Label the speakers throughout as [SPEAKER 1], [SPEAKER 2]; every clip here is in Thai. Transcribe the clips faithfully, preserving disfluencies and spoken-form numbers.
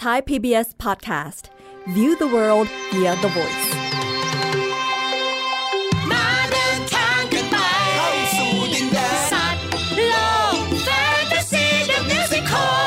[SPEAKER 1] Thai พี บี เอส Podcast View the world via the voice
[SPEAKER 2] มาเดินทางกันไปเข้าสู่ดินแดนสัตว์โลกแฟนตาซีเดอะมิวสิคล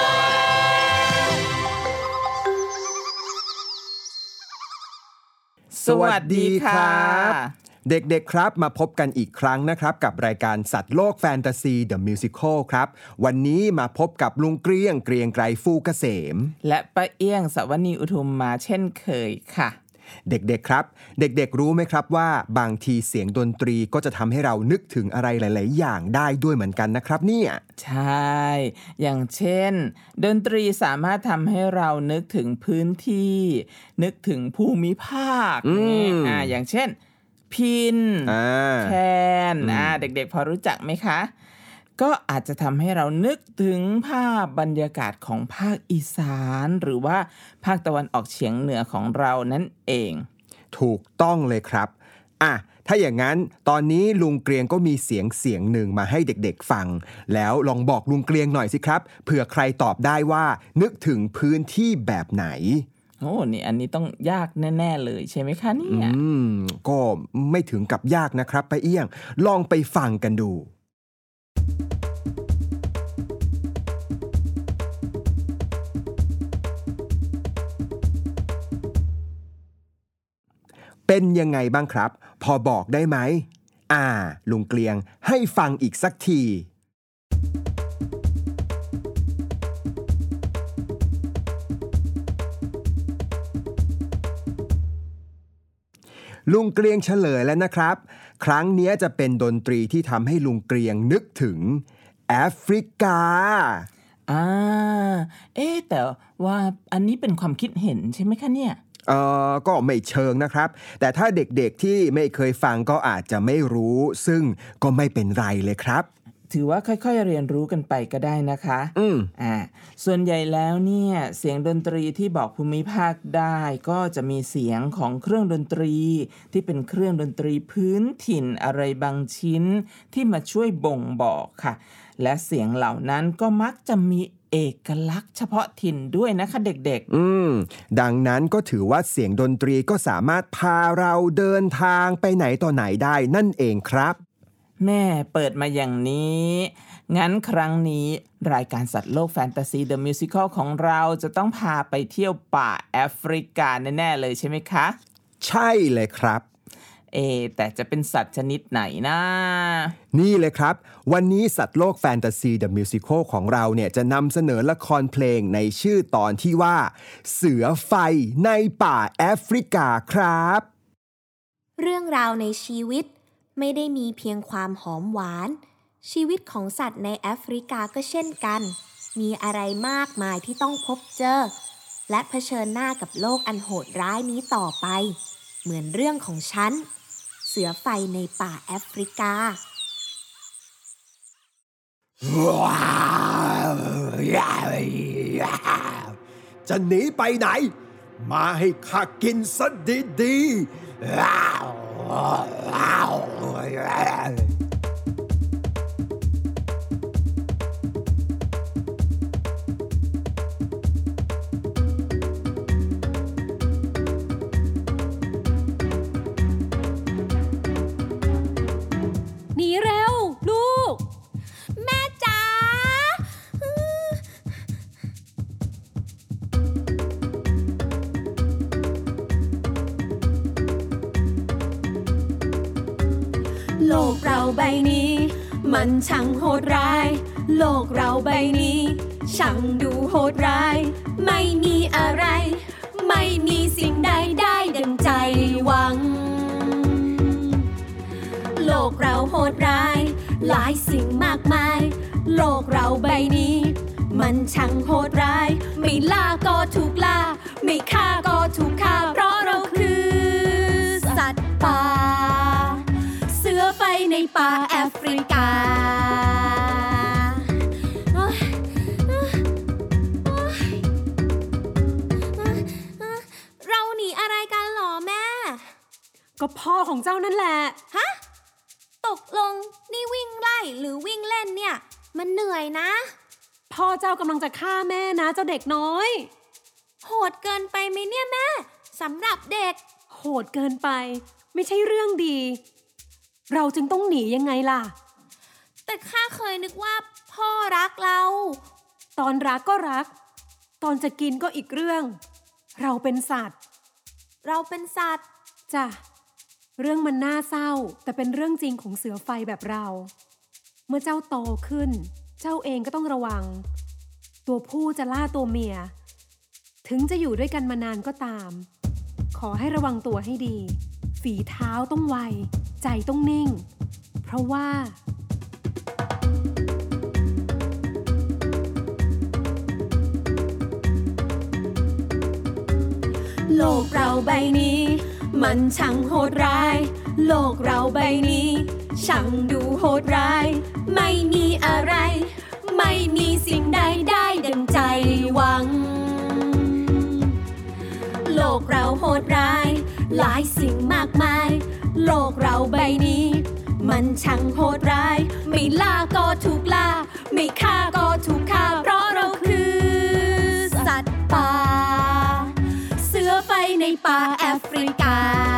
[SPEAKER 3] สวัสดีครับเด็กๆครับมาพบกันอีกครั้งนะครับกับรายการสัตว์โลกแฟนตาซีเดอะมิวสิคลครับวันนี้มาพบกับลุงเกรียงเกรียงไกรฟูเกษม
[SPEAKER 4] และป้าเอี้ยงสวนีอุทุมมาเช่นเคยค่ะ
[SPEAKER 3] เด็กๆครับเด็กๆรู้ไหมครับว่าบางทีเสียงดนตรีก็จะทำให้เรานึกถึงอะไรหลายๆอย่างได้ด้วยเหมือนกันนะครับเนี่ย
[SPEAKER 4] ใช่อย่างเช่นดนตรีสามารถทำให้เรานึกถึงพื้นที่นึกถึงภูมิภาคอ่าอย่างเช่นพินแคนอ่าเด็กๆพอรู้จักไหมคะก็อาจจะทำให้เรานึกถึงภาพบรรยากาศของภาคอีสานหรือว่าภาคตะวันออกเฉียงเหนือของเรานั่นเอง
[SPEAKER 3] ถูกต้องเลยครับอ่ะถ้าอย่างนั้นตอนนี้ลุงเกรียงก็มีเสียงเสียงหนึ่งมาให้เด็กๆฟังแล้วลองบอกลุงเกรียงหน่อยสิครับเผื่อใครตอบได้ว่านึกถึงพื้นที่แบบไหน
[SPEAKER 4] โอ้นี่อันนี้ต้องยากแน่ๆเลยใช่ไหมคะเนี่ย
[SPEAKER 3] อืมก็ไม่ถึงกับยากนะครับป้าเอี้ยงลองไปฟังกันดูเป็นยังไงบ้างครับพอบอกได้ไหมอ่าลุงเกรียงให้ฟังอีกสักทีลุงเกรียงเฉลยแล้วนะครับครั้งนี้จะเป็นดนตรีที่ทำให้ลุงเกรียงนึกถึงแอฟริกา
[SPEAKER 4] อ่าเอ๊ะแต่ว่าอันนี้เป็นความคิดเห็นใช่ไหมคะเนี่ย
[SPEAKER 3] เอ่อก็ไม่เชิงนะครับแต่ถ้าเด็กๆที่ไม่เคยฟังก็อาจจะไม่รู้ซึ่งก็ไม่เป็นไรเลยครับ
[SPEAKER 4] ถือว่าค่อยๆเรียนรู้กันไปก็ได้นะคะ
[SPEAKER 3] อืม
[SPEAKER 4] อ่าส่วนใหญ่แล้วเนี่ยเสียงดนตรีที่บอกภูมิภาคได้ก็จะมีเสียงของเครื่องดนตรีที่เป็นเครื่องดนตรีพื้นถิ่นอะไรบางชิ้นที่มาช่วยบ่งบอกค่ะและเสียงเหล่านั้นก็มักจะมีเอกลักษณ์เฉพาะถิ่นด้วยนะคะเด็ก
[SPEAKER 3] ๆอืมดังนั้นก็ถือว่าเสียงดนตรีก็สามารถพาเราเดินทางไปไหนต่อไหนได้นั่นเองครับ
[SPEAKER 4] แม่เปิดมาอย่างนี้งั้นครั้งนี้รายการสัตว์โลกแฟนตาซีเดอะมิวสิคลของเราจะต้องพาไปเที่ยวป่าแอฟริกาแน่ๆเลยใช่ไหมคะ
[SPEAKER 3] ใช่เลยครับ
[SPEAKER 4] เอแต่จะเป็นสัตว์ชนิดไหนนะ
[SPEAKER 3] นี่เลยครับวันนี้สัตว์โลกแฟนตาซีเดอะมิวสิคลของเราเนี่ยจะนำเสนอละครเพลงในชื่อตอนที่ว่าเสือไฟในป่าแอฟริกาครับ
[SPEAKER 5] เรื่องราวในชีวิตไม่ได้มีเพียงความหอมหวานชีวิตของสัตว์ในแอฟริกาก็เช่นกันมีอะไรมากมายที่ต้องพบเจอและเผชิญหน้ากับโลกอันโหดร้ายนี้ต่อไปเหมือนเรื่องของฉันเสือไฟในป่าแอฟริกา
[SPEAKER 3] จะหนีไปไหนมาให้ข้ากินซะดีๆ
[SPEAKER 5] หนีเร็วลูกแม่จ๋าโลกเราใบนี้มันช่างโหดร้ายโลกเราใบนี้ช่างดูโหดร้ายไม่มีอะไรไม่มีสิ่งใดได้ดังใจหวังโลกเราโหดร้ายหลายสิ่งมากมายโลกเราใบนี้มันช่างโหดร้ายไม่ล่าก็ถูกล่าไม่ฆ่าก็ถูกฆ่าเพราะเราคือสัตว์ป่าเสือไฟในป่าแอฟริกาเราหนีอะไรกันหรอแม่ก็พ่อของเจ้านั่นแหละฮะตกลงนี่วิ่งไล่หรือวิ่งเล่นเนี่ยมันเหนื่อยนะ พ่อเจ้ากำลังจะฆ่าแม่นะเจ้าเด็กน้อยโหดเกินไปไหมเนี่ยแม่สำหรับเด็ก
[SPEAKER 6] โหดเกินไปไม่ใช่เรื่องดีเราจึงต้องหนียังไงล่ะ
[SPEAKER 5] แต่ข้าเคยนึกว่าพ่อรักเรา
[SPEAKER 6] ตอนรักก็รักตอนจะกินก็อีกเรื่องเราเป็นสัตว์
[SPEAKER 5] เราเป็นสัตว์
[SPEAKER 6] จ้ะเรื่องมันน่าเศร้าแต่เป็นเรื่องจริงของเสือไฟแบบเราเมื่อเจ้าโตขึ้นเจ้าเองก็ต้องระวังตัวผู้จะล่าตัวเมียถึงจะอยู่ด้วยกันมานานก็ตามขอให้ระวังตัวให้ดีฝีเท้าต้องไวใจต้องนิ่งเพราะว่า
[SPEAKER 5] โลกเราใบนี้มันช่างโหดร้ายโลกเราใบนี้ช่างดูโหดร้ายไม่มีอะไรไม่มีสิ่งใดได้ดังใจหวังโลกเราโหดร้ายหลายสิ่งมากมายโลกเราใบนี้มันช่างโหดร้ายไม่ล่าก็ถูกล่าไม่ฆ่าก็ถูกฆ่าเพราะเราคือสัตว์ป่าเสือไฟในป่าแอฟริกา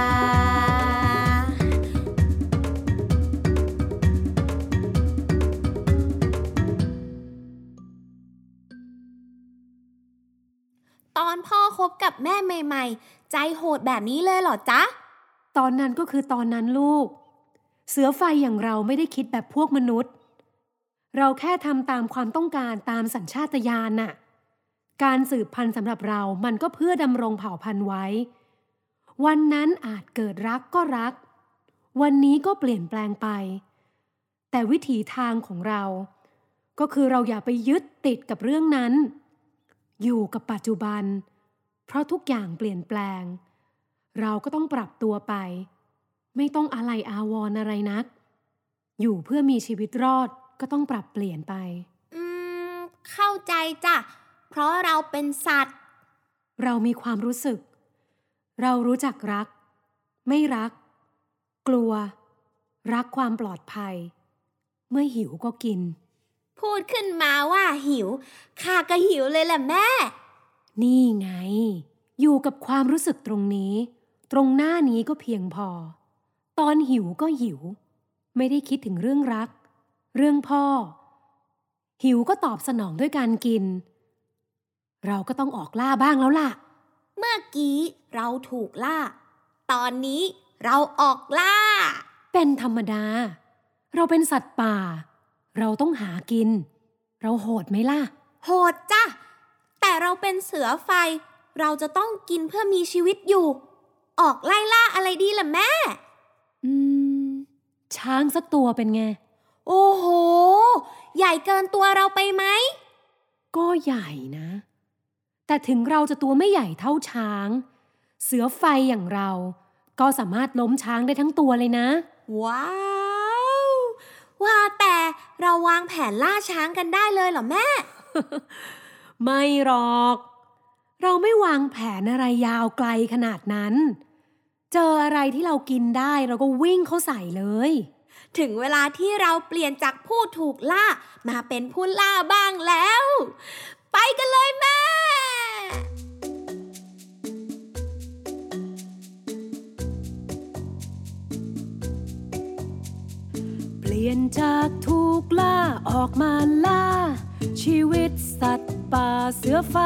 [SPEAKER 5] ตอนพ่อคบกับแม่ใหม่ๆใจโหดแบบนี้เลยเหรอจ๊ะ
[SPEAKER 6] ตอนนั้นก็คือตอนนั้นลูกเสือไฟอย่างเราไม่ได้คิดแบบพวกมนุษย์เราแค่ทำตามความต้องการตามสัญชาตญาณน่ะการสืบพันธุ์สำหรับเรามันก็เพื่อดำรงเผ่าพันธุ์ไว้วันนั้นอาจเกิดรักก็รักวันนี้ก็เปลี่ยนแปลงไปแต่วิถีทางของเราก็คือเราอย่าไปยึดติดกับเรื่องนั้นอยู่กับปัจจุบันเพราะทุกอย่างเปลี่ยนแปลงเราก็ต้องปรับตัวไปไม่ต้องอาลัยอาวรณ์อะไรนักอยู่เพื่อมีชีวิตรอดก็ต้องปรับเปลี่ยนไป
[SPEAKER 5] อืมเข้าใจจ้ะเพราะเราเป็นสัตว์
[SPEAKER 6] เรามีความรู้สึกเรารู้จักรักไม่รักกลัวรักความปลอดภัยเมื่อหิวก็กิน
[SPEAKER 5] พูดขึ้นมาว่าหิวข้าก็หิวเลยแหละแม่
[SPEAKER 6] นี่ไงอยู่กับความรู้สึกตรงนี้ตรงหน้านี้ก็เพียงพอตอนหิวก็หิวไม่ได้คิดถึงเรื่องรักเรื่องพ่อหิวก็ตอบสนองด้วยการกินเราก็ต้องออกล่าบ้างแล้วล่ะ
[SPEAKER 5] เมื่อกี้เราถูกล่าตอนนี้เราออกล่า
[SPEAKER 6] เป็นธรรมดาเราเป็นสัตว์ป่าเราต้องหากินเราโหดไหมล่ะ
[SPEAKER 5] โหดจ้ะแต่เราเป็นเสือไฟเราจะต้องกินเพื่อมีชีวิตอยู่ออกไล่ล่าอะไรดีล่ะแม่
[SPEAKER 6] อืมช้างสักตัวเป็นไง
[SPEAKER 5] โอ้โหใหญ่เกินตัวเราไปไหม
[SPEAKER 6] ก็ใหญ่นะแต่ถึงเราจะตัวไม่ใหญ่เท่าช้างเสือไฟอย่างเราก็สามารถล้มช้างได้ทั้งตัวเลยนะ
[SPEAKER 5] ว้าวว่าแต่เราวางแผนล่าช้างกันได้เลยเหรอแม่
[SPEAKER 6] ไม่หรอกเราไม่วางแผนอะไรยาวไกลขนาดนั้นเจออะไรที่เรากินได้เราก็วิ่งเข้าใส่เลย
[SPEAKER 5] ถึงเวลาที่เราเปลี่ยนจากผู้ถูกล่ามาเป็นผู้ล่าบ้างแล้วไปกันเลยแม่
[SPEAKER 6] เปลี่ยนจากถูกล่าออกมาล่าชีวิตสัตว์ป่าเสือไฟ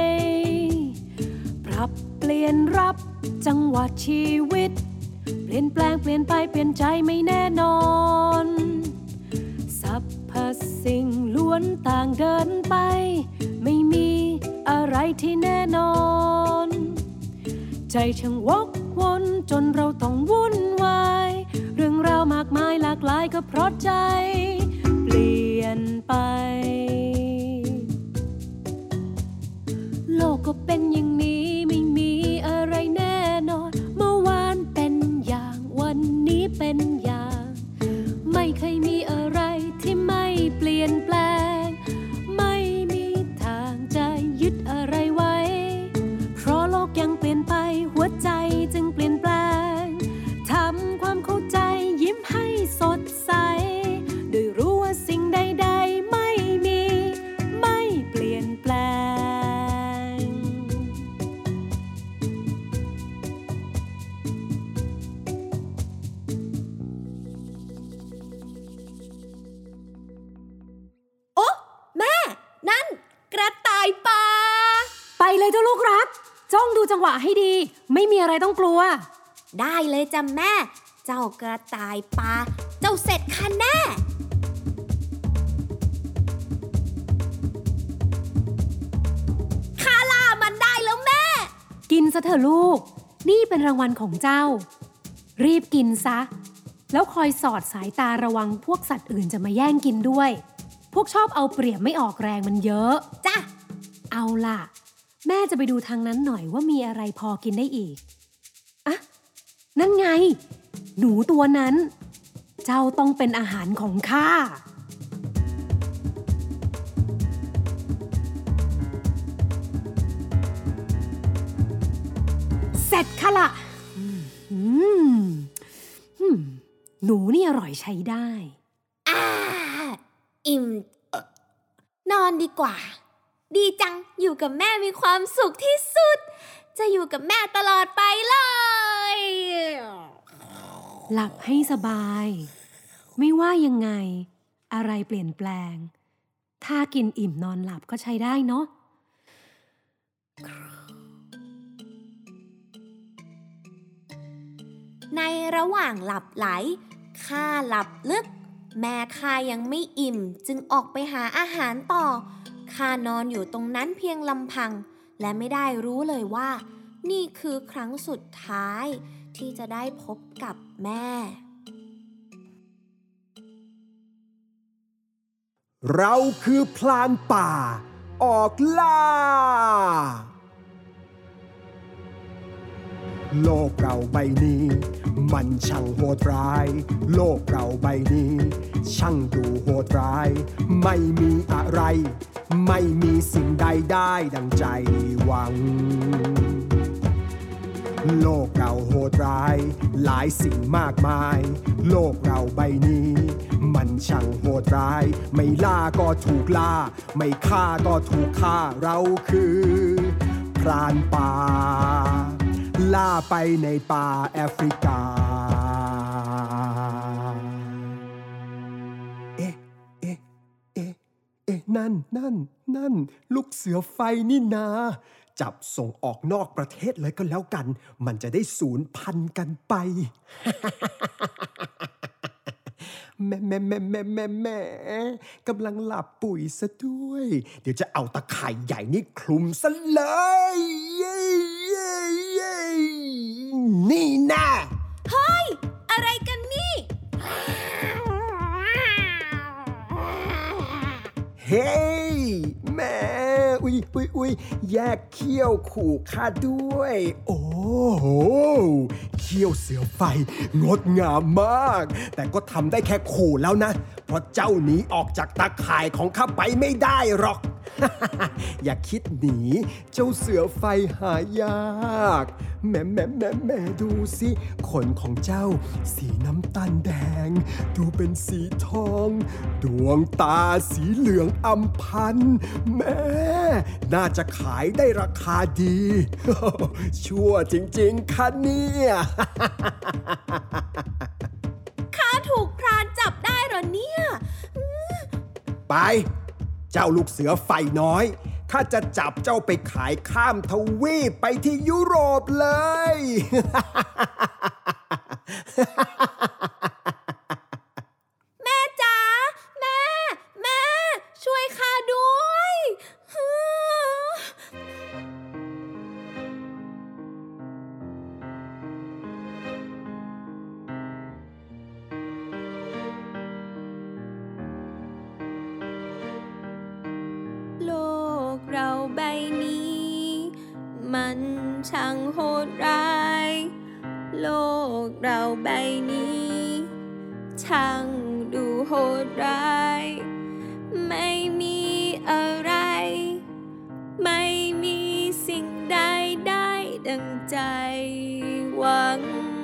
[SPEAKER 6] ปรับเปลี่ยนรับจังหวะชีวิตเปลี่ยนแปลงเปลี่ยนไปเปลี่ยนใจไม่แน่นอนสรรพสิ่งล้วนต่างเดินไปไม่มีอะไรที่แน่นอนใจช่างวกวนจนเราต้องวุ่นวายเรื่องราวมากมายหลากหลายก็เพราะใจเปลี่ยนไปโลกก็เป็นอย่างนี้ไม่มีอะไรแน่นอนเมื่อวานเป็นอย่างวันนี้เป็นอย่างไม่เคยมีอะไรที่ไม่เปลี่ยนแปลงไม่มีทางจะยึดอะไรไว้เพราะโลกยังเปลี่ยนไปหัวใจจึงเปลี่ยนแปลงทำความเข้าใจยิ้มให้สดใสโดยรู้ว่าสิ่งใดๆไม่มีไม่เปลี่ยนแปลงเลยเจ้าลูกรักจ้องดูจังหวะให้ดีไม่มีอะไรต้องกลัว
[SPEAKER 5] ได้เลยจ้ะแม่เจ้ากระต่ายป่าเจ้าเสร็จค่ะแน่ข้าล่ามันได้แล้วแม่
[SPEAKER 6] กินซะเถอะลูกนี่เป็นรางวัลของเจ้ารีบกินซะแล้วคอยสอดสายตาระวังพวกสัตว์อื่นจะมาแย่งกินด้วยพวกชอบเอาเปรียบไม่ออกแรงมันเยอะ
[SPEAKER 5] จ้ะ
[SPEAKER 6] เอาล่ะแม่จะไปดูทางนั้นหน่อยว่ามีอะไรพอกินได้อีกอะนั่นไงหนูตัวนั้นเจ้าต้องเป็นอาหารของข้าเสร็จค่ะล่ะอืมหนูนี่อร่อยใช้ได้
[SPEAKER 5] อ่าอิ่มนอนดีกว่าดีจังอยู่กับแม่มีความสุขที่สุดจะอยู่กับแม่ตลอดไปเลย
[SPEAKER 6] หลับให้สบายไม่ว่ายังไงอะไรเปลี่ยนแปลงถ้ากินอิ่มนอนหลับก็ใช้ได้เนาะ
[SPEAKER 5] ในระหว่างหลับไหลข้าหลับลึกแม่ข้ายังไม่อิ่มจึงออกไปหาอาหารต่อข้านอนอยู่ตรงนั้นเพียงลำพังและไม่ได้รู้เลยว่านี่คือครั้งสุดท้ายที่จะได้พบกับแม่
[SPEAKER 3] เราคือพรานป่าออกล่าโลกเราใบนี้มันช่างโหดร้ายโลกเราใบนี้ช่างดูโหดร้ายไม่มีอะไรไม่มีสิ่งใดได้ดังใจหวังโลกเราโหดร้ายหลายสิ่งมากมายโลกเราใบนี้มันช่างโหดร้ายไม่ล่าก็ถูกล่าไม่ฆ่าก็ถูกฆ่าเราคือพรานป่าล่าไปในป่าแอฟริกาเอ๊ะเอ๊ะเอ๊ะเอ๊ะนั่นนั่นนั่นลูกเสือไฟนี่นาจับส่งออกนอกประเทศเลยก็แล้วกันมันจะได้สูญพันธุ์กันไป แม่แม่แม่แม่แม่แม่กำลังหลับปุ๋ยซะด้วยเดี๋ยวจะเอาตะข่ายใหญ่นี่คลุมซะเลยเย้เย้เย้นี่นะ
[SPEAKER 5] เฮ้ยอะไรกันนี่
[SPEAKER 3] เฮ้ยแม่อุ๊ยอุ๊ยอุ๊ยแยกเขี้ยวขู่ข้าด้วยโอ้โหเขี้ยวเสือไฟงดงามมากแต่ก็ทำได้แค่ขู่แล้วนะเพราะเจ้าหนีออกจากตาข่ายของข้าไปไม่ได้หรอก อย่าคิดหนีเจ้าเสือไฟหายากแม่แม่แม่แม่ดูสิขนของเจ้าสีน้ำตาลแดงดูเป็นสีทองดวงตาสีเหลืองอำพันแม่น่าจะขายได้ราคาดี ชั่วจริงๆค่ะเนี่ย
[SPEAKER 5] ข้าถูกพรานจับได้เหรอเนี่ย
[SPEAKER 3] ไปเจ้าลูกเสือไฟน้อยข้าจะจับเจ้าไปขายข้ามทวีปไปที่ยุโรปเลย
[SPEAKER 5] แม่จ๋าแม่แม่ช่วยข้าด้วยโลกเราใบนี้มันช่างโหดร้ายโลกเราใบนี้ช่างดูโหดร้ายไม่มีอะไรไม่มีสิ่งใดได้ดังใจหวัง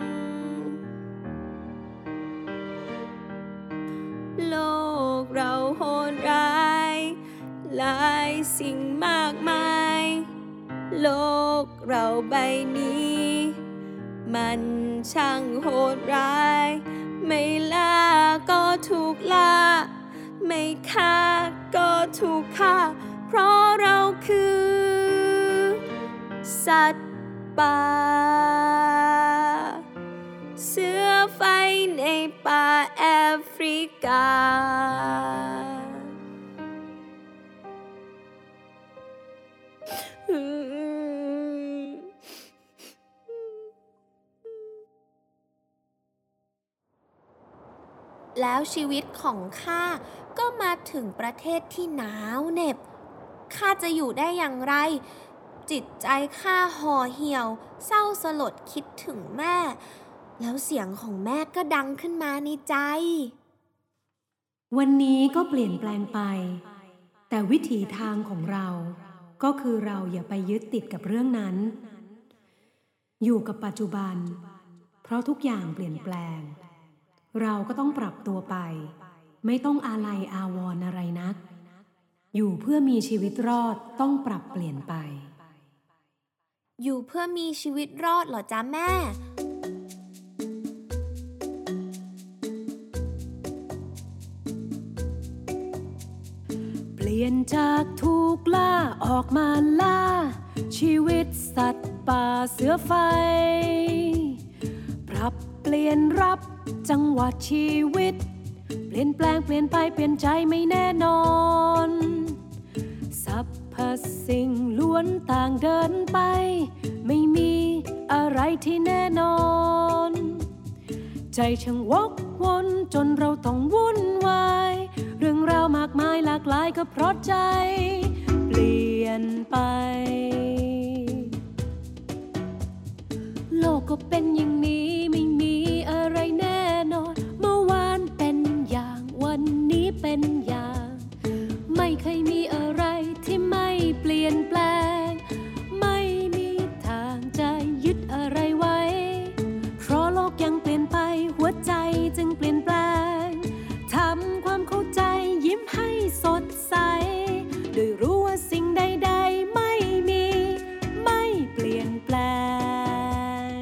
[SPEAKER 5] โลกเราโหดร้ายหลายสิ่งมากมายโลกเราใบนี้มันช่างโหดร้ายไม่ล่าก็ถูกล่าไม่ฆ่าก็ถูกฆ่าเพราะเราคือสัตว์ป่าเสือไฟในป่าแอฟริกาแล้วชีวิตของข้าก็มาถึงประเทศที่หนาวเหน็บข้าจะอยู่ได้อย่างไรจิตใจข้าห่อเหี่ยวเศร้าสลดคิดถึงแม่แล้วเสียงของแม่ก็ดังขึ้นมาในใจ
[SPEAKER 6] วันนี้ก็เปลี่ยนแปลงไปแต่วิถีทางของเราก็คือเราอย่าไปยึดติดกับเรื่องนั้นอยู่กับปัจจุบันเพราะทุกอย่างเปลี่ยนแปลงเราก็ต้องปรับตัวไปไม่ต้องอาลัยอาวรณ์อะไรนักอยู่เพื่อมีชีวิตรอดต้องปรับเปลี่ยนไป
[SPEAKER 5] อยู่เพื่อมีชีวิตรอดเหรอจ๊ะแม่
[SPEAKER 6] เปลี่ยนจากถูกล่าออกมาล่าชีวิตสัตว์ป่าเสือไฟปรับเปลี่ยนรับจังหวะชีวิตเปลี่ยนแปลงเปลี่ยนไปเปลี่ยนใจไม่แน่นอนสรรพสิ่งล้วนต่างเดินไปไม่มีอะไรที่แน่นอนใจช่างวกวนจนเราต้องวุ่นวายเรื่องราวมากมายหลากหลายก็เพราะใจเปลี่ยนไปโลกก็เป็นอย่างนี้ไม่มีอะไรแน่นอนเมื่อวานเป็นอย่างวันนี้เป็นอย่างไม่เคยมีอะไรที่ไม่เปลี่ยนแปลงไม่มีทางจะยึดอะไรไว้เพราะโลกยังเปลี่ยนไปหัวใจจึงเปลี่ยนแปลงทำความเข้าใจยิ้มให้สดใสโดยรู้ว่าสิ่งใดๆไม่มีไม่เปลี่ยนแปลง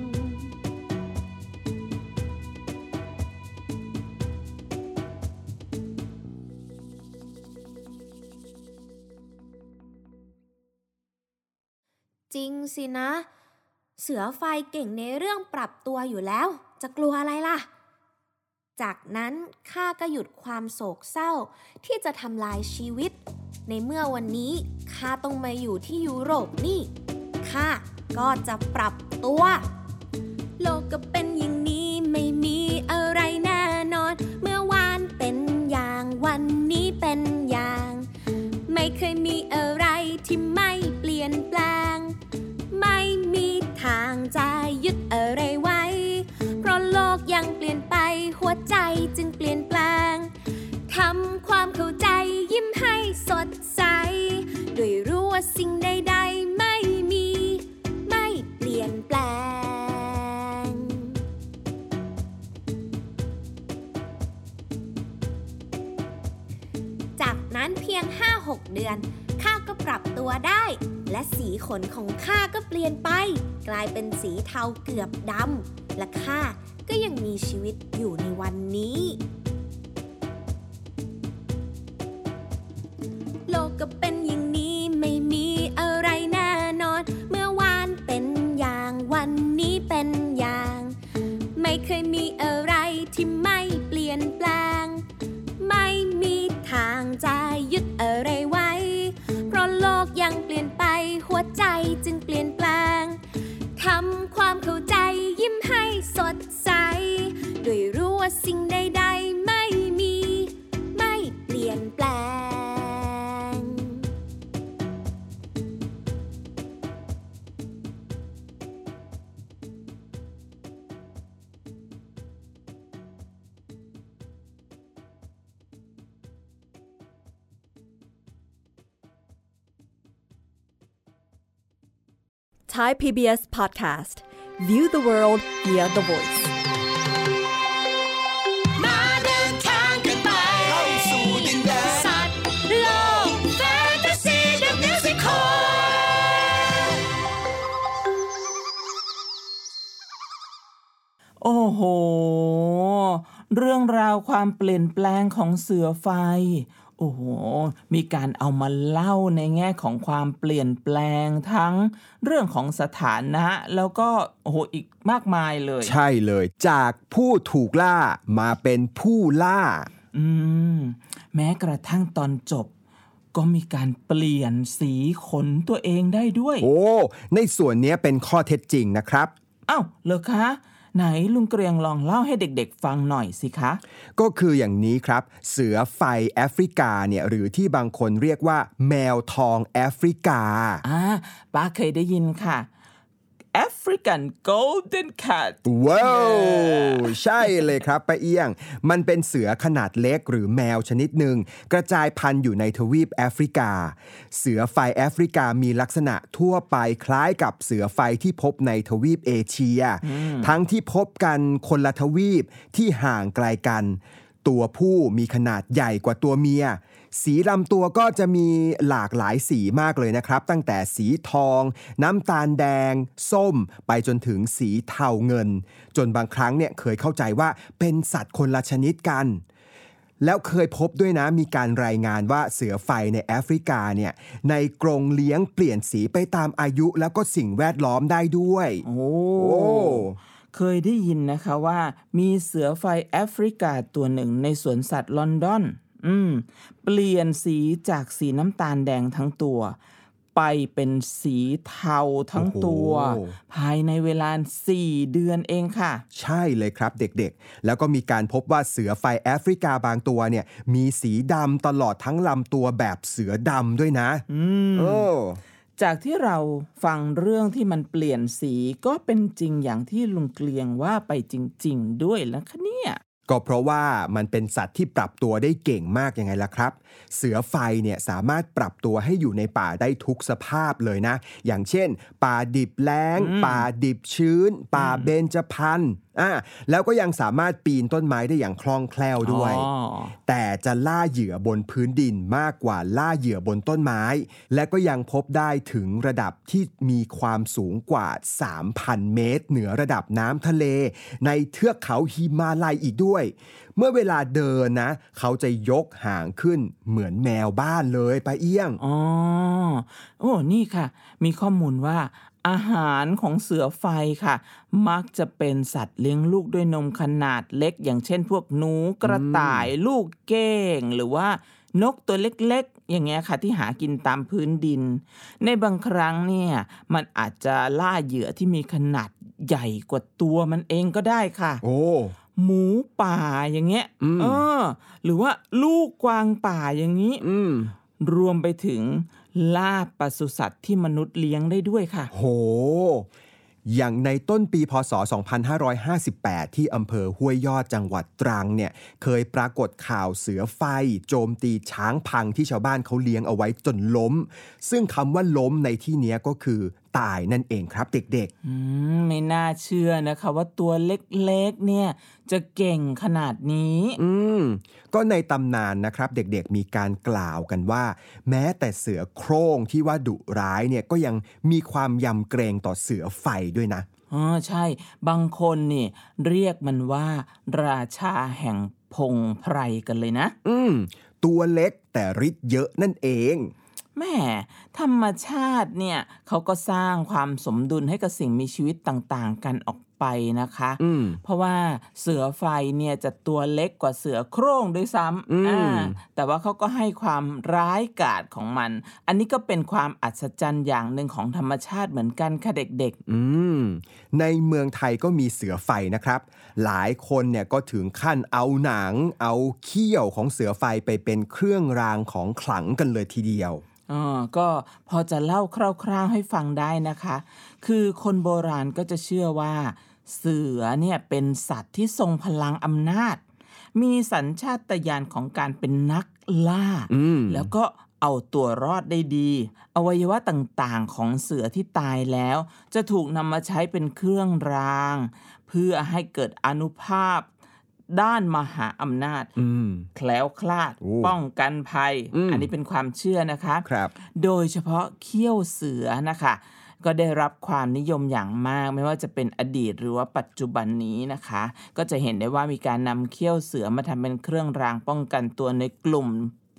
[SPEAKER 5] จริงสินะเสือไฟเก่งในเรื่องปรับตัวอยู่แล้วจะกลัวอะไรล่ะจากนั้นข้าก็หยุดความโศกเศร้าที่จะทำลายชีวิตในเมื่อวันนี้ข้าต้องมาอยู่ที่ยุโรปนี่ข้าก็จะปรับตัวโลกก็เป็นอย่างนี้ไม่มีอะไรแน่นอนเมื่อวานเป็นอย่างวันนี้เป็นอย่างไม่เคยมีอะไรที่ไม่เปลี่ยนแปลงไม่มีทางจะยึดอะไรไว้เพราะโลกยังเปลี่ยนไปหัวใจจึงเปลี่ยนแปลงทำความเข้าใจยิ้มให้สดใสโดยรู้ว่าสิ่งใดๆไม่มีไม่เปลี่ยนแปลงจากนั้นเพียง ห้าหก เดือนข้าก็ปรับตัวได้และสีขนของข้าก็เปลี่ยนไปกลายเป็นสีเทาเกือบดำและข้าก็ยังมีชีวิตอยู่ในวันนี้โลกก็เป็นอย่างนี้ไม่มีอะไรแน่นอนเมื่อวานเป็นอย่างวันนี้เป็นอย่างไม่เคยมีอะไรที่ไม่เปลี่ยนแปลงไม่มีทางจะยึดอะไรไว้เพราะโลกยังเปลี่ยนไปหัวใจจึงเปลี่ยนแปลงทำความเข้าใจยิ้มให้สดใสโดยรู้ว่าสิ่งใดๆไม่มีไม่เปลี่ยนแปลง
[SPEAKER 1] Thai พี บี เอส Podcast View the world via the voice
[SPEAKER 2] มาเดินทางกันไปเข้าสู่ดินแดนสัตว์โลกแฟนตาซีเดอะมิวสิคอล
[SPEAKER 4] โอ้โหเรื่องราวความเปลี่ยนแปลงของเสือไฟโอ้โหมีการเอามาเล่าในแง่ของความเปลี่ยนแปลงทั้งเรื่องของสถานะแล้วก็โอ้โหอีกมากมายเลย
[SPEAKER 3] ใช่เลยจากผู้ถูกล่ามาเป็นผู้ล่า
[SPEAKER 4] อืมแม้กระทั่งตอนจบก็มีการเปลี่ยนสีขนตัวเองได้ด้วย
[SPEAKER 3] โอ้ในส่วนนี้เป็นข้อเท็จจริงนะครับ
[SPEAKER 4] อ้าวเหรอคะไหนลุงเกรียงลองเล่าให้เด็กๆฟังหน่อยสิคะ
[SPEAKER 3] ก็คืออย่างนี้ครับเสือไฟแอฟริกาเนี่ยหรือที่บางคนเรียกว่าแมวทองแอฟริกา
[SPEAKER 4] อ่าป้าเคยได้ยินค่ะ African Golden Cat
[SPEAKER 3] ว้าวใช่เลยครับป้าเอี้ยงมันเป็นเสือขนาดเล็กหรือแมวชนิดหนึ่งกระจายพันธุ์อยู่ในทวีปแอฟริกาเสือไฟแอฟริกามีลักษณะทั่วไปคล้ายกับเสือไฟที่พบในทวีปเอเชียทั้งที่พบกันคนละทวีปที่ห่างไกลกันตัวผู้มีขนาดใหญ่กว่าตัวเมียสีลำตัวก็จะมีหลากหลายสีมากเลยนะครับตั้งแต่สีทองน้ำตาลแดงส้มไปจนถึงสีเทาเงินจนบางครั้งเนี่ยเคยเข้าใจว่าเป็นสัตว์คนละชนิดกันแล้วเคยพบด้วยนะมีการรายงานว่าเสือไฟในแอฟริกาเนี่ยในกรงเลี้ยงเปลี่ยนสีไปตามอายุแล้วก็สิ่งแวดล้อมได้ด้วย
[SPEAKER 4] โอ้เคยได้ยินนะคะว่ามีเสือไฟแอฟริกาตัวหนึ่งในสวนสัตว์ลอนดอนอืมเปลี่ยนสีจากสีน้ำตาลแดงทั้งตัวไปเป็นสีเทาทั้งตัวภายในเวลาสี่เดือนเองค่ะ
[SPEAKER 3] ใช่เลยครับเด็กๆแล้วก็มีการพบว่าเสือไฟแอฟริกาบางตัวเนี่ยมีสีดำตลอดทั้งลำตัวแบบเสือดำด้วยนะ
[SPEAKER 4] อืมโอ้จากที่เราฟังเรื่องที่มันเปลี่ยนสีก็เป็นจริงอย่างที่ลุงเกลียงว่าไปจริงๆด้วยแล้วคะเนี่ย
[SPEAKER 3] ก็เพราะว่ามันเป็นสัตว์ที่ปรับตัวได้เก่งมากยังไงล่ะครับเสือไฟเนี่ยสามารถปรับตัวให้อยู่ในป่าได้ทุกสภาพเลยนะอย่างเช่นป่าดิบแล้งป่าดิบชื้นป่าเบญจพรรณอ่าแล้วก็ยังสามารถปีนต้นไม้ได้อย่างคล่องแคล่วด้วยแต่จะล่าเหยื่อบนพื้นดินมากกว่าล่าเหยื่อบนต้นไม้และก็ยังพบได้ถึงระดับที่มีความสูงกว่า สามพัน เมตรเหนือระดับน้ำทะเลในเทือกเขาหิมาลัยอีกด้วยเมื่อเวลาเดินนะเขาจะยกหางขึ้นเหมือนแมวบ้านเลยป้าเอี้ยง
[SPEAKER 4] อ๋อโอ้นี่ค่ะมีข้อมูลว่าอาหารของเสือไฟค่ะมักจะเป็นสัตว์เลี้ยงลูกด้วยนมขนาดเล็กอย่างเช่นพวกหนูกระต่ายลูกเก้งหรือว่านกตัวเล็กๆอย่างเงี้ยค่ะที่หากินตามพื้นดินในบางครั้งเนี่ยมันอาจจะล่าเหยื่อที่มีขนาดใหญ่กว่าตัวมันเองก็ได้ค่ะ
[SPEAKER 3] โอ้
[SPEAKER 4] หมูป่าอย่างเงี้ยเออหรือว่าลูกกวางป่าอย่างนี้รวมไปถึงล่าปศุสัตว์ที่มนุษย์เลี้ยงได้ด้วยค่ะ
[SPEAKER 3] โหอย่างในต้นปีพ.ศ. สองพันห้าร้อยห้าสิบแปดที่อำเภอห้วยยอดจังหวัดตรังเนี่ยเคยปรากฏข่าวเสือไฟโจมตีช้างพังที่ชาวบ้านเขาเลี้ยงเอาไว้จนล้มซึ่งคำว่าล้มในที่นี้ก็คือตายนั่นเองครับเด็ก
[SPEAKER 4] ๆอืมไม่น่าเชื่อนะคะว่าตัวเล็กๆเนี่ยจะเก่งขนาดนี้
[SPEAKER 3] อืมก็ในตำนานนะครับเด็กๆมีการกล่าวกันว่าแม้แต่เสือโคร่งที่ว่าดุร้ายเนี่ยก็ยังมีความยำเกรงต่อเสือไฟด้วยนะ
[SPEAKER 4] อ๋อใช่บางคนนี่เรียกมันว่าราชาแห่งพงไพรกันเลยนะ
[SPEAKER 3] อืมตัวเล็กแต่ฤทธิ์เยอะนั่นเอง
[SPEAKER 4] แม่ธรรมชาติเนี่ยเขาก็สร้างความสมดุลให้กับสิ่งมีชีวิตต่างๆกันออกไปนะคะเพราะว่าเสือไฟเนี่ยจะตัวเล็กกว่าเสือโคร่งด้วยซ้ำแต่ว่าเขาก็ให้ความร้ายกาจของมันอันนี้ก็เป็นความอัศจรรย์อย่างหนึ่งของธรรมชาติเหมือนกันค่ะเด็ก
[SPEAKER 3] ๆอืมในเมืองไทยก็มีเสือไฟนะครับหลายคนเนี่ยก็ถึงขั้นเอาหนังเอาเขี้ยวของเสือไฟไปเป็นเครื่องรางของขลังกันเลยทีเดียว
[SPEAKER 4] อ๋อก็พอจะเล่าคร่าวๆให้ฟังได้นะคะคือคนโบราณก็จะเชื่อว่าเสือเนี่ยเป็นสัตว์ที่ทรงพลังอำนาจมีสัญชาตญาณของการเป็นนักล่าแล้วก็เอาตัวรอดได้ดีอวัยวะต่างๆของเสือที่ตายแล้วจะถูกนำมาใช้เป็นเครื่องรางเพื่อให้เกิดอานุภาพด้านมหาอำนาจแคล้วคลาดป้องกันภัย อ, อันนี้เป็นความเชื่อนะคะโดยเฉพาะเขี้ยวเสือนะคะก็ได้รับความนิยมอย่างมากไม่ว่าจะเป็นอดีตหรือว่าปัจจุบันนี้นะคะก็จะเห็นได้ว่ามีการนำเขี้ยวเสือมาทำเป็นเครื่องรางป้องกันตัวในกลุ่มพ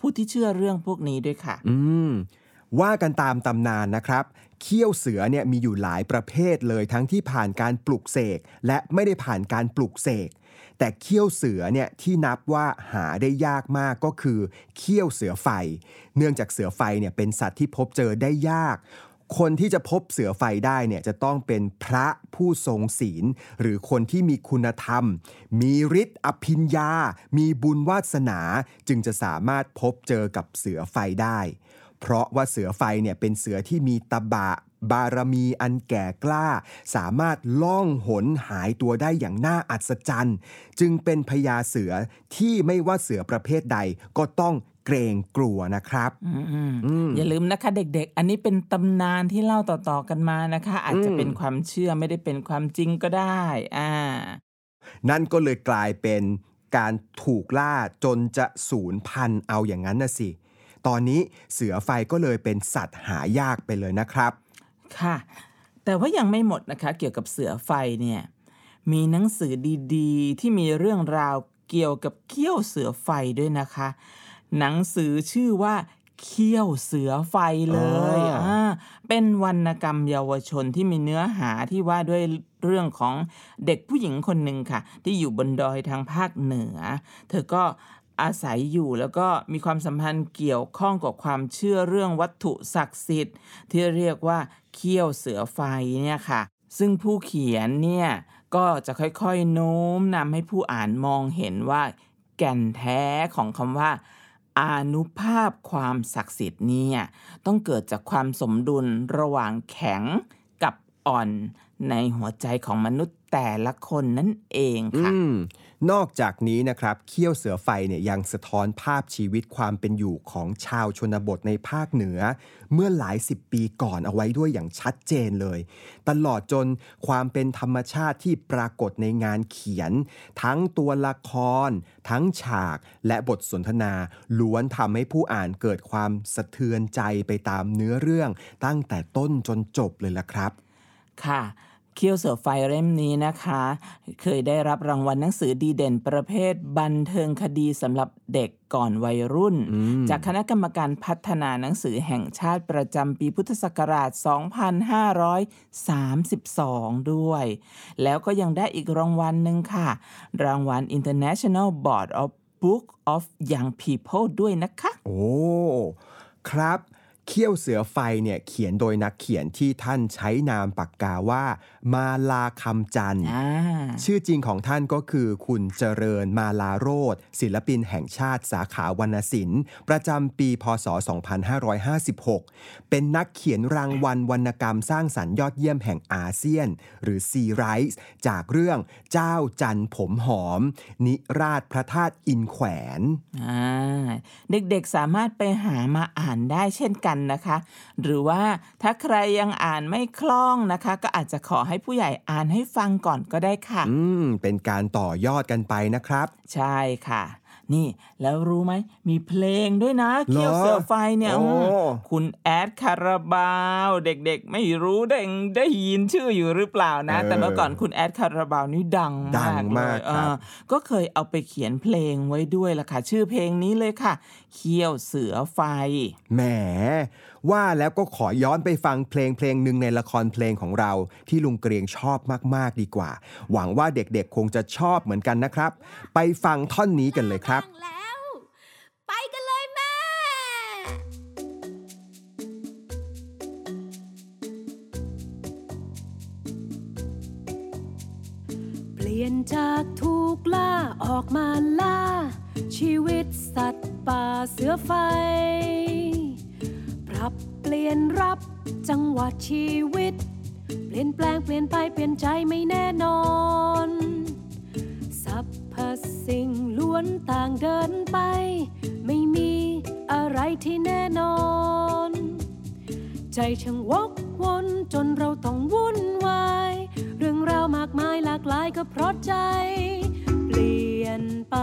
[SPEAKER 4] ผู้ที่เชื่อเรื่องพวกนี้ด้วยค่ะ
[SPEAKER 3] อืมว่ากันตามตำนานนะครับเขี้ยวเสือเนี่ยมีอยู่หลายประเภทเลยทั้งที่ผ่านการปลุกเสกและไม่ได้ผ่านการปลุกเสกแต่เขี้ยวเสือเนี่ยที่นับว่าหาได้ยากมากก็คือเขี้ยวเสือไฟเนื่องจากเสือไฟเนี่ยเป็นสัตว์ที่พบเจอได้ยากคนที่จะพบเสือไฟได้เนี่ยจะต้องเป็นพระผู้ทรงศีลหรือคนที่มีคุณธรรมมีฤทธิ์อภิญญามีบุญวาสนาจึงจะสามารถพบเจอกับเสือไฟได้เพราะว่าเสือไฟเนี่ยเป็นเสือที่มีตบะบารมีอันแก่กล้าสามารถล่องหนหายตัวได้อย่างน่าอัศจรรย์จึงเป็นพญาเสือที่ไม่ว่าเสือประเภทใดก็ต้องเกรงกลัวนะครับ
[SPEAKER 4] อย่าลืมนะคะเด็กๆอันนี้เป็นตำนานที่เล่าต่อๆกันมานะคะอาจจะเป็นความเชื่อไม่ได้เป็นความจริงก็ได้อ่า
[SPEAKER 3] นั่นก็เลยกลายเป็นการถูกล่าจนจะสูญพันธุ์เอาอย่างนั้นนะสิตอนนี้เสือไฟก็เลยเป็นสัตว์หายากไปเลยนะครับ
[SPEAKER 4] ค่ะแต่ว่ายังไม่หมดนะคะเกี่ยวกับเสือไฟเนี่ยมีหนังสือดีๆที่มีเรื่องราวเกี่ยวกับเขี้ยวเสือไฟด้วยนะคะหนังสือชื่อว่าเขี้ยวเสือไฟเลยอ่าเป็นวรรณกรรมเยาวชนที่มีเนื้อหาที่ว่าด้วยเรื่องของเด็กผู้หญิงคนหนึ่งค่ะที่อยู่บนดอยทางภาคเหนือเธอก็อาศัยอยู่แล้วก็มีความสัมพันธ์เกี่ยวข้องกับความเชื่อเรื่องวัตถุศักดิ์สิทธิ์ที่เรียกว่าเขี้ยวเสือไฟเนี่ยค่ะซึ่งผู้เขียนเนี่ยก็จะค่อยๆโน้มนำให้ผู้อ่านมองเห็นว่าแก่นแท้ของคำว่าอานุภาพความศักดิ์สิทธิ์เนี่ยต้องเกิดจากความสมดุลระหว่างแข็งกับอ่อนในหัวใจของมนุษย์แต่ละคนนั่นเองค่ะ
[SPEAKER 3] นอกจากนี้นะครับเขี้ยวเสือไฟเนี่ยยังสะท้อนภาพชีวิตความเป็นอยู่ของชาวชนบทในภาคเหนือเมื่อหลายสิบปีก่อนเอาไว้ด้วยอย่างชัดเจนเลยตลอดจนความเป็นธรรมชาติที่ปรากฏในงานเขียนทั้งตัวละครทั้งฉากและบทสนทนาล้วนทำให้ผู้อ่านเกิดความสะเทือนใจไปตามเนื้อเรื่องตั้งแต่ต้นจนจบเลยล่ะครับ
[SPEAKER 4] ค่ะเขี้ยวเสือไฟเล่มนี้นะคะเคยได้รับรางวัลหนังสือดีเด่นประเภทบันเทิงคดีสำหรับเด็กก่อนวัยรุ่นจากคณะกรรมการพัฒนาหนังสือแห่งชาติประจำปีพุทธศักราชสองพันห้าร้อยสามสิบสองด้วยแล้วก็ยังได้อีกรางวัลหนึ่งค่ะรางวัล International Board of Book of Young People ด้วยนะคะ
[SPEAKER 3] โอ้ครับเขี้ยวเสือไฟเนี่ยเขียนโดยนักเขียนที่ท่านใช้นามปากกาว่ามาลาคำจันทร์ชื่อจริงของท่านก็คือคุณเจริญมาลาโรจน์ศิลปินแห่งชาติสาขาวรรณศิลป์ประจำปีพ.ศ. สองพันห้าร้อยห้าสิบหกเป็นนักเขียนรางวัลวรรณกรรมสร้างสรรค์ยอดเยี่ยมแห่งอาเซียนหรือซีไรส์จากเรื่องเจ้าจันผมหอมนิราศพระธาตุอินแขวน
[SPEAKER 4] เด็กๆสามารถไปหามาอ่านได้เช่นกันนะคะหรือว่าถ้าใครยังอ่านไม่คล่องนะคะก็อาจจะขอให้ผู้ใหญ่อ่านให้ฟังก่อนก็ได้ค่ะ
[SPEAKER 3] อืมเป็นการต่อยอดกันไปนะครับ
[SPEAKER 4] ใช่ค่ะนี่แล้วรู้ไหมมีเพลงด้วยนะเขี้ยวเสือไฟเนี่ยคุณแอดคาราบาวเด็กๆไม่รู้ได้ได้ยินชื่ออยู่หรือเปล่านะแต่เมื่อก่อนคุณแอดคาราบาวนี่ดังมากเลยก็เคยเอาไปเขียนเพลงไว้ด้วยล่ะค่ะชื่อเพลงนี้เลยค่ะเขี้ยวเสือไฟ
[SPEAKER 3] แหมว่าแล้วก็ขอย้อนไปฟังเพลงเพลงหนึ่งในละครเพลงของเราที่ลุงเกรียงชอบมากๆดีกว่าหวังว่าเด็กๆคงจะชอบเหมือนกันนะครับไปฟังท่อนนี้กันเลยครับ
[SPEAKER 5] แล้วไปกันเลยแม่
[SPEAKER 6] เปลี่ยนจากถูกล่าออกมาล่าชีวิตสัตว์ป่าเสือไฟปรับเปลี่ยนรับจังหวะชีวิตเปลี่ยนแปลงเปลี่ยนไปเปลี่ยนใจไม่แน่นอนสรรพสิ่งล้วนต่างเดินไปไม่มีอะไรที่แน่นอนใจช่างวกวนจนเราต้องวุ่นวายเรื่องราวมากมายหลากหลายก็เพราะใจเปลี่ยนไป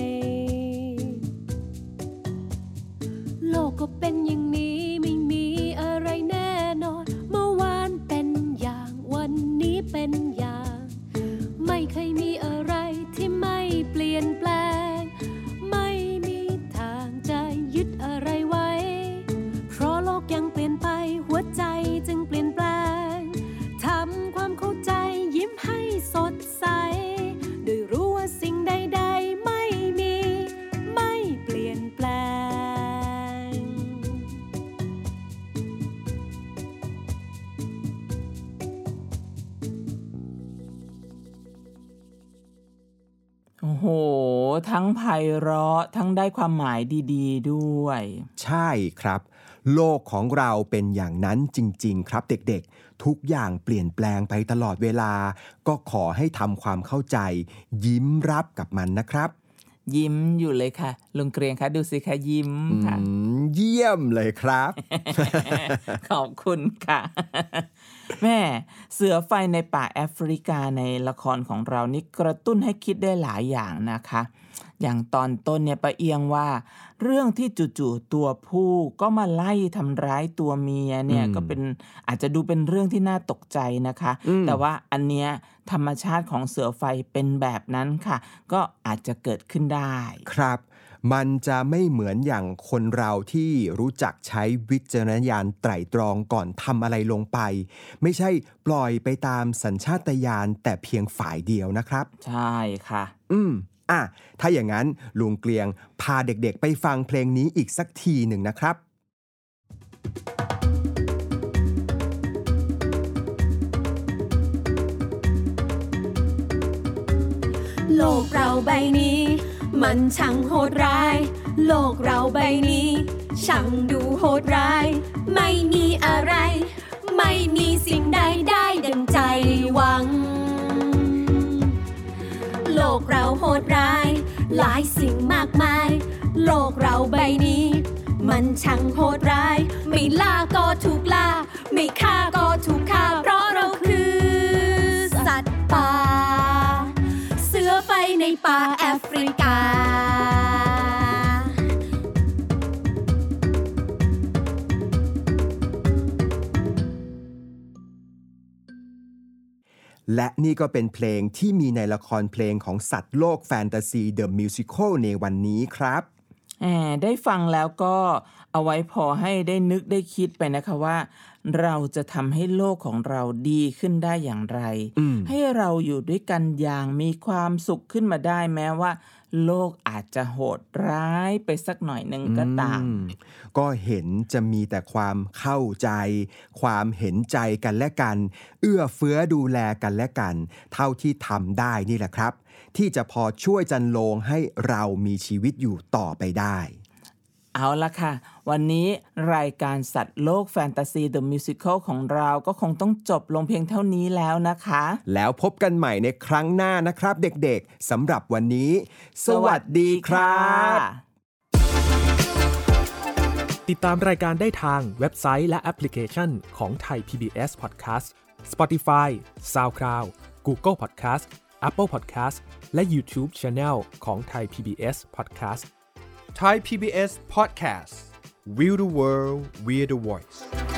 [SPEAKER 6] โลกก็เป็นอย่างนี้ไม่มีอะไรแน่นอนเมื่อวานเป็นอย่างวันนี้เป็นอย่างไม่เคยมีอะไรที่ไม่เปลี่ยนแปลงไม่มีทางจะยึด
[SPEAKER 4] โหทั้งไพเราะทั้งได้ความหมายดีๆด้วย
[SPEAKER 3] ใช่ครับโลกของเราเป็นอย่างนั้นจริงๆครับเด็กๆทุกอย่างเปลี่ยนแปลงไปตลอดเวลาก็ขอให้ทำความเข้าใจยิ้มรับกับมันนะครับ
[SPEAKER 4] ยิ้มอยู่เลยค่ะลุงเกรียงคะดูสิคะยิ้มค่ะ
[SPEAKER 3] เยี่ยมเลยครับ
[SPEAKER 4] ขอบคุณค่ะแม่เสือไฟในป่าแอฟริกาในละครของเรานี่กระตุ้นให้คิดได้หลายอย่างนะคะอย่างตอนต้นเนี่ยป้าเอียงว่าเรื่องที่จู่ๆตัวผู้ก็มาไล่ทำร้ายตัวเมียเนี่ยก็เป็นอาจจะดูเป็นเรื่องที่น่าตกใจนะคะแต่ว่าอันเนี้ยธรรมชาติของเสือไฟเป็นแบบนั้นค่ะก็อาจจะเกิดขึ้นได้
[SPEAKER 3] ครับมันจะไม่เหมือนอย่างคนเราที่รู้จักใช้วิจารณญาณไตร่ตรองก่อนทำอะไรลงไปไม่ใช่ปล่อยไปตามสัญชาตญาณแต่เพียงฝ่ายเดียวนะครับ
[SPEAKER 4] ใช่ค่ะ
[SPEAKER 3] อืมอ่ะถ้าอย่างนั้นลุงเกลียงพาเด็กๆไปฟังเพลงนี้อีกสักทีหนึ่งนะครับ
[SPEAKER 5] โลกเราใบนี้มันช่างโหดร้ายโลกเราใบนี้ช่างดูโหดร้ายไม่มีอะไรไม่มีสิ่งใดได้ดังใจหวังโลกเราโหดร้ายหลายสิ่งมากมายโลกเราใบนี้มันช่างโหดร้ายไม่ล่าก็ถูกล่าไม่ฆ่าก็ถูกฆ่าเพราะเราคือสัตว์ป่าเสือไฟในป่าแอฟริกา
[SPEAKER 3] และนี่ก็เป็นเพลงที่มีในละครเพลงของสัตว์โลกแฟนตาซี The Musical ในวันนี้ครับ
[SPEAKER 4] แหมได้ฟังแล้วก็เอาไว้พอให้ได้นึกได้คิดไปนะคะว่าเราจะทำให้โลกของเราดีขึ้นได้อย่างไรให้เราอยู่ด้วยกันอย่างมีความสุขขึ้นมาได้แม้ว่าโลกอาจจะโหดร้ายไปสักหน่อยนึงก็ตาม
[SPEAKER 3] ก็เห็นจะมีแต่ความเข้าใจความเห็นใจกันและกันเอื้อเฟื้อดูแลกันและกันเท่าที่ทำได้นี่แหละครับที่จะพอช่วยจันโลงให้เรามีชีวิตอยู่ต่อไปได้
[SPEAKER 4] เอาละค่ะวันนี้รายการสัตว์โลกแฟนตาซี The Musical ของเราก็คงต้องจบลงเพียงเท่านี้แล้วนะคะ
[SPEAKER 3] แล้วพบกันใหม่ในครั้งหน้านะครับเด็กๆสำหรับวันนี้สวัสดีครับ
[SPEAKER 7] ติดตามรายการได้ทางเว็บไซต์และแอปพลิเคชันของ Thai พี บี เอส Podcast Spotify SoundCloud Google Podcast Apple Podcast และ YouTube Channel ของ Thai พี บี เอส Podcast
[SPEAKER 8] Thai พี บี เอส Podcast We the World We the Voice